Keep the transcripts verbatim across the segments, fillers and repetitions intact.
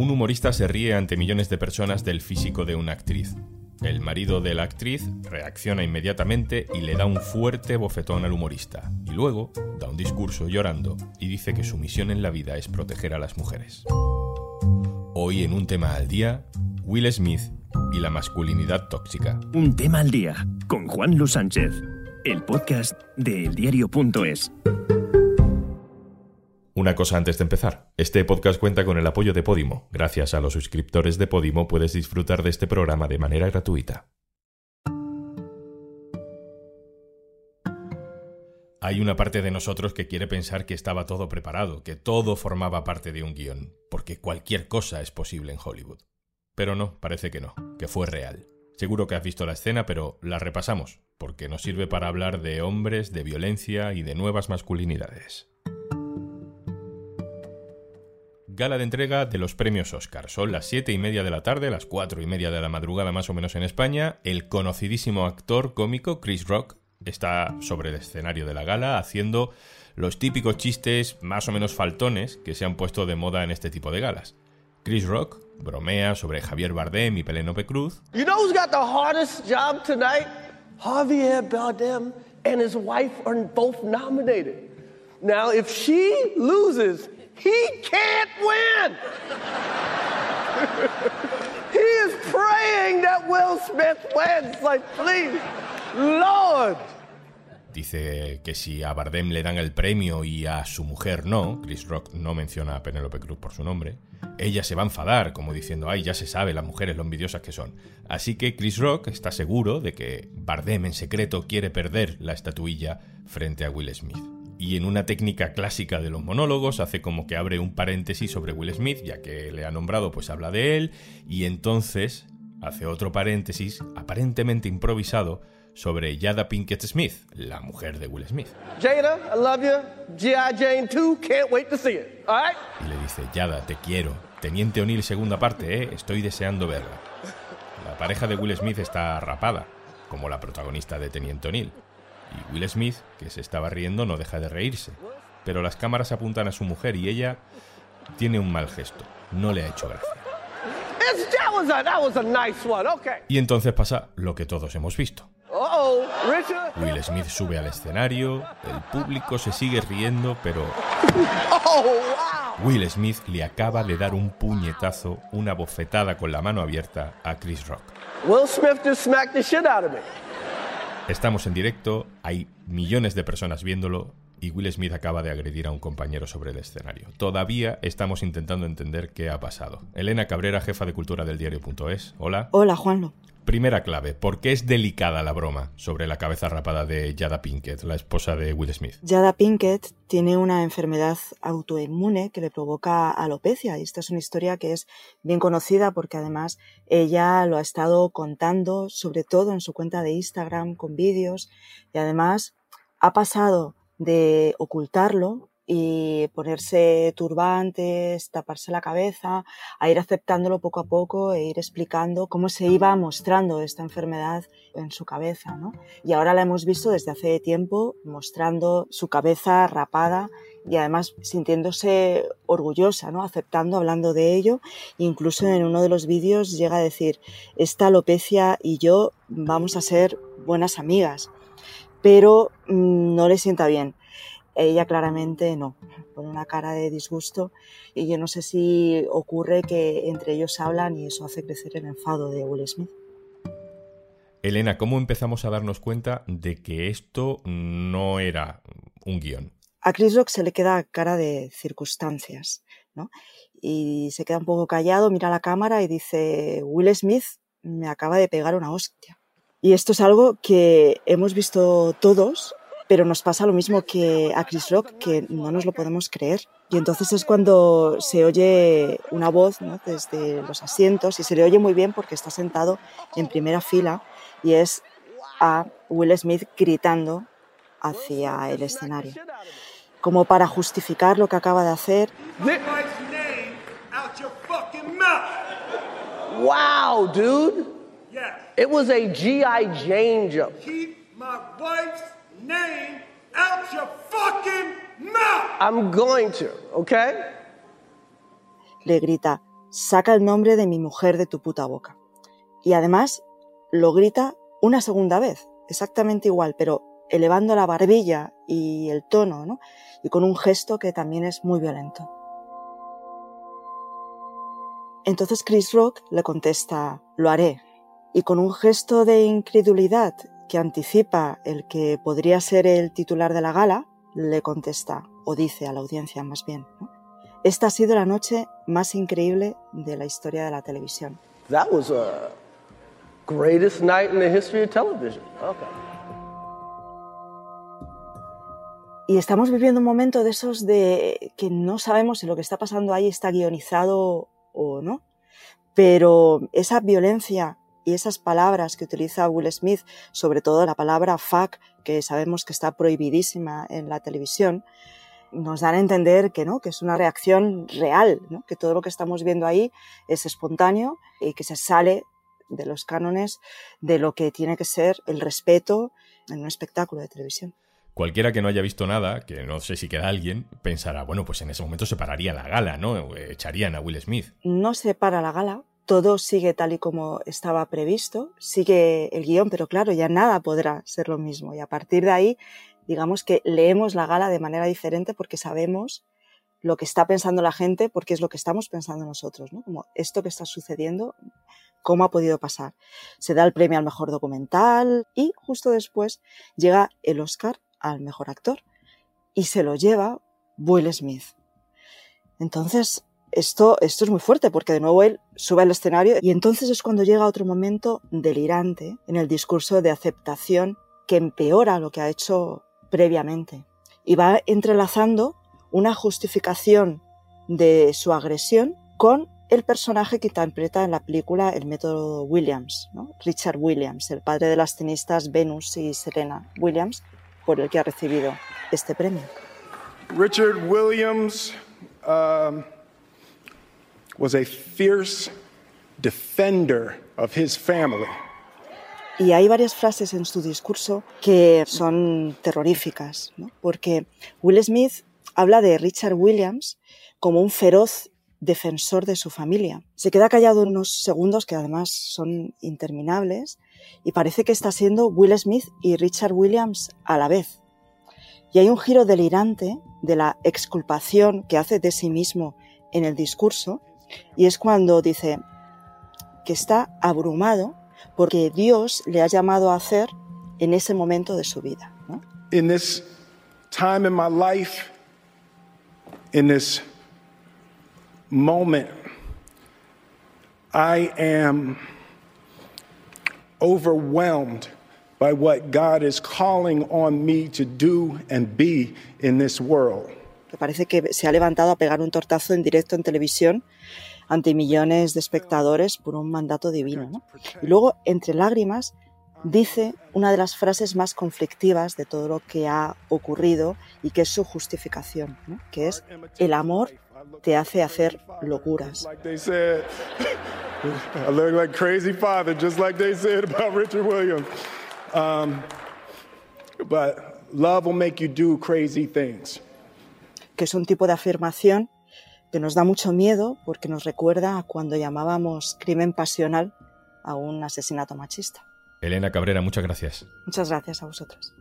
Un humorista se ríe ante millones de personas del físico de una actriz. El marido de la actriz reacciona inmediatamente y le da un fuerte bofetón al humorista. Y luego da un discurso llorando y dice que su misión en la vida es proteger a las mujeres. Hoy en Un Tema al Día, Will Smith y la masculinidad tóxica. Un Tema al Día, con Juan Luis Sánchez, el podcast de el diario punto es. Una cosa antes de empezar. Este podcast cuenta con el apoyo de Podimo. Gracias a los suscriptores de Podimo puedes disfrutar de este programa de manera gratuita. Hay una parte de nosotros que quiere pensar que estaba todo preparado, que todo formaba parte de un guión, porque cualquier cosa es posible en Hollywood. Pero no, parece que no, que fue real. Seguro que has visto la escena, pero la repasamos, porque nos sirve para hablar de hombres, de violencia y de nuevas masculinidades. Gala de entrega de los premios Oscar. Son las siete y media de la tarde, las cuatro y media de la madrugada más o menos en España. El conocidísimo actor cómico Chris Rock está sobre el escenario de la gala haciendo los típicos chistes más o menos faltones que se han puesto de moda en este tipo de galas. Chris Rock bromea sobre Javier Bardem y Penélope Cruz. You know who's got the hardest job tonight? Javier Bardem and his wife are both nominated. Now, if she loses, he can't win. He is praying that Will Smith wins. Like, please, Lord. Dice que si a Bardem le dan el premio y a su mujer no, Chris Rock no menciona a Penélope Cruz por su nombre, ella se va a enfadar, como diciendo, ay, ya se sabe las mujeres lo envidiosas que son. Así que Chris Rock está seguro de que Bardem en secreto quiere perder la estatuilla frente a Will Smith. Y en una técnica clásica de los monólogos hace como que abre un paréntesis sobre Will Smith, ya que le ha nombrado, pues habla de él, y entonces hace otro paréntesis aparentemente improvisado sobre Jada Pinkett Smith, la mujer de Will Smith. Jada, I love you. G I Jane two, can't wait to see it. All right? Y le dice, Jada, te quiero. Teniente O'Neill segunda parte, ¿eh? Estoy deseando verla. La pareja de Will Smith está rapada, como la protagonista de Teniente O'Neill. Y Will Smith, que se estaba riendo, no deja de reírse. Pero las cámaras apuntan a su mujer y ella tiene un mal gesto. No le ha hecho gracia. That was a, that was a nice one. Okay. Y entonces pasa lo que todos hemos visto. Uh-oh, Richard. Will Smith sube al escenario, el público se sigue riendo, pero Oh, wow. Will Smith le acaba de dar un puñetazo, una bofetada con la mano abierta a Chris Rock. Will Smith just smacked the shit out of me. Estamos en directo, hay millones de personas viéndolo y Will Smith acaba de agredir a un compañero sobre el escenario. Todavía estamos intentando entender qué ha pasado. Elena Cabrera, jefa de cultura del diario punto es. Hola. Hola, Juanlo. Primera clave, ¿por qué es delicada la broma sobre la cabeza rapada de Jada Pinkett, la esposa de Will Smith? Jada Pinkett tiene una enfermedad autoinmune que le provoca alopecia y esta es una historia que es bien conocida porque además ella lo ha estado contando sobre todo en su cuenta de Instagram con vídeos y además ha pasado de ocultarlo y ponerse turbantes, taparse la cabeza, a ir aceptándolo poco a poco e ir explicando cómo se iba mostrando esta enfermedad en su cabeza, ¿no? Y ahora la hemos visto desde hace tiempo mostrando su cabeza rapada y además sintiéndose orgullosa, ¿no? Aceptando, hablando de ello. Incluso en uno de los vídeos llega a decir, esta alopecia y yo vamos a ser buenas amigas, pero mmm, no le sienta bien. Ella claramente no, pone una cara de disgusto y yo no sé si ocurre que entre ellos hablan y eso hace crecer el enfado de Will Smith. Elena, ¿cómo empezamos a darnos cuenta de que esto no era un guión? A Chris Rock se le queda cara de circunstancias, ¿no? Y se queda un poco callado, mira a la cámara y dice, Will Smith me acaba de pegar una hostia. Y esto es algo que hemos visto todos, pero nos pasa lo mismo que a Chris Rock, que no nos lo podemos creer. Y entonces es cuando se oye una voz, ¿no? Desde los asientos, y se le oye muy bien porque está sentado en primera fila, y es a Will Smith gritando hacia el escenario, como para justificar lo que acaba de hacer. Wow, dude. It was a G I Jane joke. Keep my wife's name out your fucking mouth. I'm going to, okay? Le grita, saca el nombre de mi mujer de tu puta boca. Y además lo grita una segunda vez, exactamente igual, pero elevando la barbilla y el tono, ¿no? Y con un gesto que también es muy violento. Entonces Chris Rock le contesta, lo haré. Y con un gesto de incredulidad que anticipa el que podría ser el titular de la gala, le contesta, o dice a la audiencia más bien, ¿no? Esta ha sido la noche más increíble de la historia de la televisión. That was a greatest night in the history of television. Okay. Y estamos viviendo un momento de esos de que no sabemos si lo que está pasando ahí está guionizado o no, pero esa violencia y esas palabras que utiliza Will Smith, sobre todo la palabra fuck, que sabemos que está prohibidísima en la televisión, nos dan a entender que no, que es una reacción real, ¿no? Que todo lo que estamos viendo ahí es espontáneo y que se sale de los cánones de lo que tiene que ser el respeto en un espectáculo de televisión. Cualquiera que no haya visto nada, que no sé si queda alguien, pensará, bueno, pues en ese momento se pararía la gala, ¿no? Echarían a Will Smith. No se para la gala, todo sigue tal y como estaba previsto, sigue el guión, pero claro, ya nada podrá ser lo mismo. Y a partir de ahí, digamos que leemos la gala de manera diferente porque sabemos lo que está pensando la gente, porque es lo que estamos pensando nosotros, ¿no? Como esto que está sucediendo, cómo ha podido pasar. Se da el premio al mejor documental y justo después llega el Oscar al mejor actor y se lo lleva Will Smith. Entonces, esto, esto es muy fuerte porque de nuevo él sube al escenario y entonces es cuando llega otro momento delirante en el discurso de aceptación que empeora lo que ha hecho previamente y va entrelazando una justificación de su agresión con el personaje que interpreta en la película El método Williams, ¿no? Richard Williams, el padre de las tenistas Venus y Serena Williams, por el que ha recibido este premio. Richard Williams um, was a fierce defender of his family. Y hay varias frases en su discurso que son terroríficas, ¿no? Porque Will Smith habla de Richard Williams como un feroz defensor de su familia. Se queda callado unos segundos que además son interminables y parece que está siendo Will Smith y Richard Williams a la vez. Y hay un giro delirante de la exculpación que hace de sí mismo en el discurso y es cuando dice que está abrumado porque Dios le ha llamado a hacer en ese momento de su vida, ¿no? In this time in my life, in this moment, I am overwhelmed by what God is calling on me to do and be in this world. Me parece que se ha levantado a pegar un tortazo en directo en televisión ante millones de espectadores por un mandato divino, ¿no? Y luego, entre lágrimas, dice una de las frases más conflictivas de todo lo que ha ocurrido y que es su justificación, ¿no? Que es: el amor te hace hacer locuras. I look like crazy father, just like they said about Richard Williams. Um, but love will make you do crazy things. Que es un tipo de afirmación que nos da mucho miedo porque nos recuerda a cuando llamábamos crimen pasional a un asesinato machista. Elena Cabrera, muchas gracias. Muchas gracias a vosotros.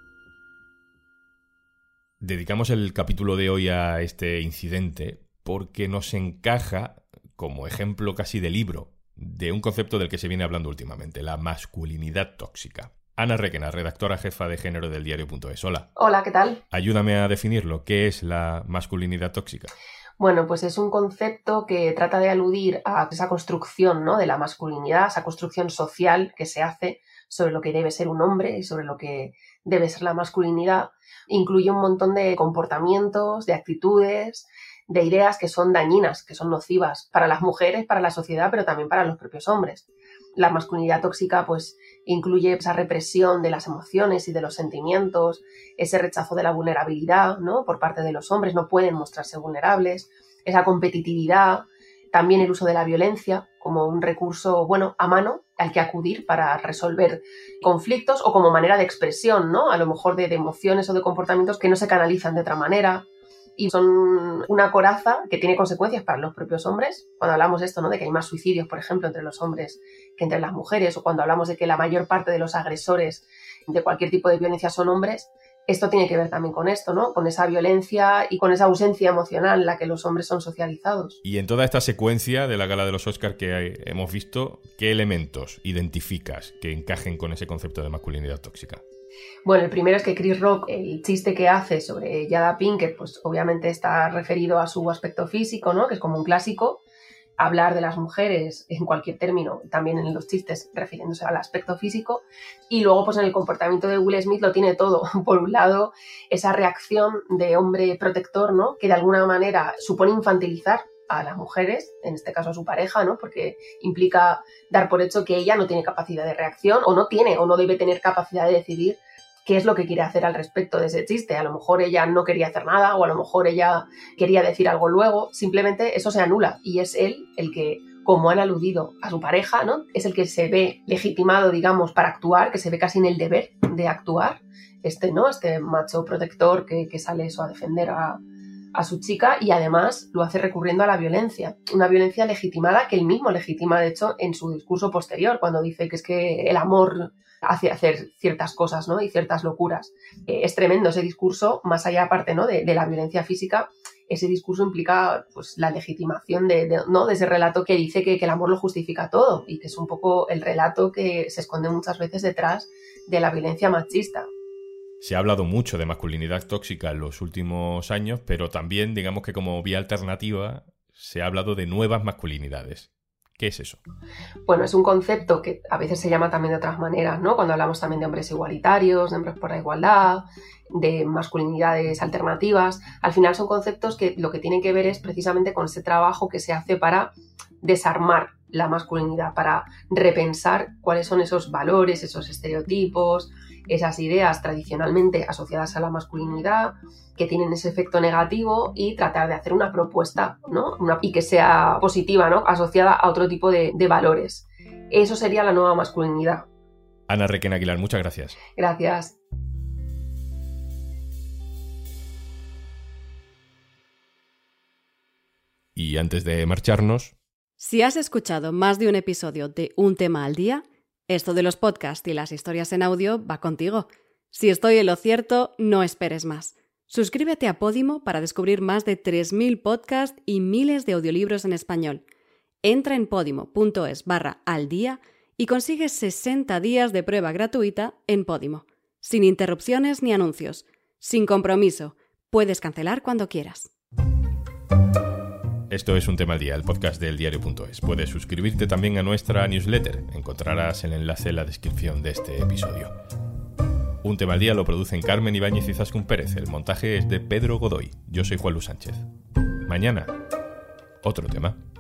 Dedicamos el capítulo de hoy a este incidente porque nos encaja como ejemplo casi de libro de un concepto del que se viene hablando últimamente, la masculinidad tóxica. Ana Requena, redactora jefa de género del diario punto es. Hola. Hola, ¿qué tal? Ayúdame a definirlo. ¿Qué es la masculinidad tóxica? Bueno, pues es un concepto que trata de aludir a esa construcción, ¿no?, de la masculinidad, esa construcción social que se hace sobre lo que debe ser un hombre y sobre lo que debe ser la masculinidad. Incluye un montón de comportamientos, de actitudes, de ideas que son dañinas, que son nocivas para las mujeres, para la sociedad, pero también para los propios hombres. La masculinidad tóxica pues incluye esa represión de las emociones y de los sentimientos, ese rechazo de la vulnerabilidad, ¿no?, por parte de los hombres, no pueden mostrarse vulnerables, esa competitividad, también el uso de la violencia como un recurso, bueno, a mano al que acudir para resolver conflictos o como manera de expresión, ¿no?, a lo mejor de, de emociones o de comportamientos que no se canalizan de otra manera. y son una coraza que tiene consecuencias para los propios hombres. Cuando hablamos de esto, ¿no? De que hay más suicidios, por ejemplo, entre los hombres que entre las mujeres, o cuando hablamos de que la mayor parte de los agresores de cualquier tipo de violencia son hombres, esto tiene que ver también con esto, ¿no? Con esa violencia y con esa ausencia emocional en la que los hombres son socializados. Y en toda esta secuencia de la gala de los Oscars que hemos visto, ¿qué elementos identificas que encajen con ese concepto de masculinidad tóxica? Bueno, el primero es que Chris Rock, el chiste que hace sobre Jada Pinkett, pues obviamente está referido a su aspecto físico, ¿no? Que es como un clásico. Hablar de las mujeres en cualquier término, también en los chistes refiriéndose al aspecto físico, y luego pues en el comportamiento de Will Smith lo tiene todo. Por un lado, esa reacción de hombre protector, ¿no? Que de alguna manera supone infantilizar a las mujeres, en este caso a su pareja, ¿no? Porque implica dar por hecho que ella no tiene capacidad de reacción, o no tiene, o no debe tener capacidad de decidir qué es lo que quiere hacer al respecto de ese chiste. A lo mejor ella no quería hacer nada, o a lo mejor ella quería decir algo luego. Simplemente eso se anula, y es él el que, como han aludido a su pareja, ¿no? Es el que se ve legitimado, digamos, para actuar, que se ve casi en el deber de actuar, este, ¿no? Este macho protector que, que sale eso a defender a, a su chica, y además lo hace recurriendo a la violencia, una violencia legitimada que él mismo legitima, de hecho, en su discurso posterior, cuando dice que es que el amor hace hacer ciertas cosas, ¿no? Y ciertas locuras. Eh, es tremendo ese discurso, más allá aparte, ¿no? de, de la violencia física. Ese discurso implica pues la legitimación de, de, ¿no? de ese relato que dice que, que el amor lo justifica todo, y que es un poco el relato que se esconde muchas veces detrás de la violencia machista. Se ha hablado mucho de masculinidad tóxica en los últimos años, pero también, digamos que como vía alternativa, se ha hablado de nuevas masculinidades. ¿Qué es eso? Bueno, es un concepto que a veces se llama también de otras maneras, ¿no? Cuando hablamos también de hombres igualitarios, de hombres por la igualdad, de masculinidades alternativas. Al final son conceptos que lo que tienen que ver es precisamente con ese trabajo que se hace para desarmar la masculinidad, para repensar cuáles son esos valores, esos estereotipos, esas ideas tradicionalmente asociadas a la masculinidad que tienen ese efecto negativo, y tratar de hacer una propuesta, ¿no? Una, y que sea positiva, ¿no? Asociada a otro tipo de, de valores. Eso sería la nueva masculinidad. Ana Requena Aguilar, muchas gracias. Gracias. Y antes de marcharnos... Si has escuchado más de un episodio de Un tema al día, esto de los podcasts y las historias en audio va contigo. Si estoy en lo cierto, no esperes más. Suscríbete a Podimo para descubrir más de tres mil podcasts y miles de audiolibros en español. Entra en podimo.es barra al día y consigues sesenta días de prueba gratuita en Podimo. Sin interrupciones ni anuncios. Sin compromiso. Puedes cancelar cuando quieras. Esto es Un tema al día, el podcast del diario punto es. Puedes suscribirte también a nuestra newsletter. Encontrarás el enlace en la descripción de este episodio. Un tema al día lo producen Carmen Ibáñez y Zaskun Pérez. El montaje es de Pedro Godoy. Yo soy Juan Luis Sánchez. Mañana, otro tema.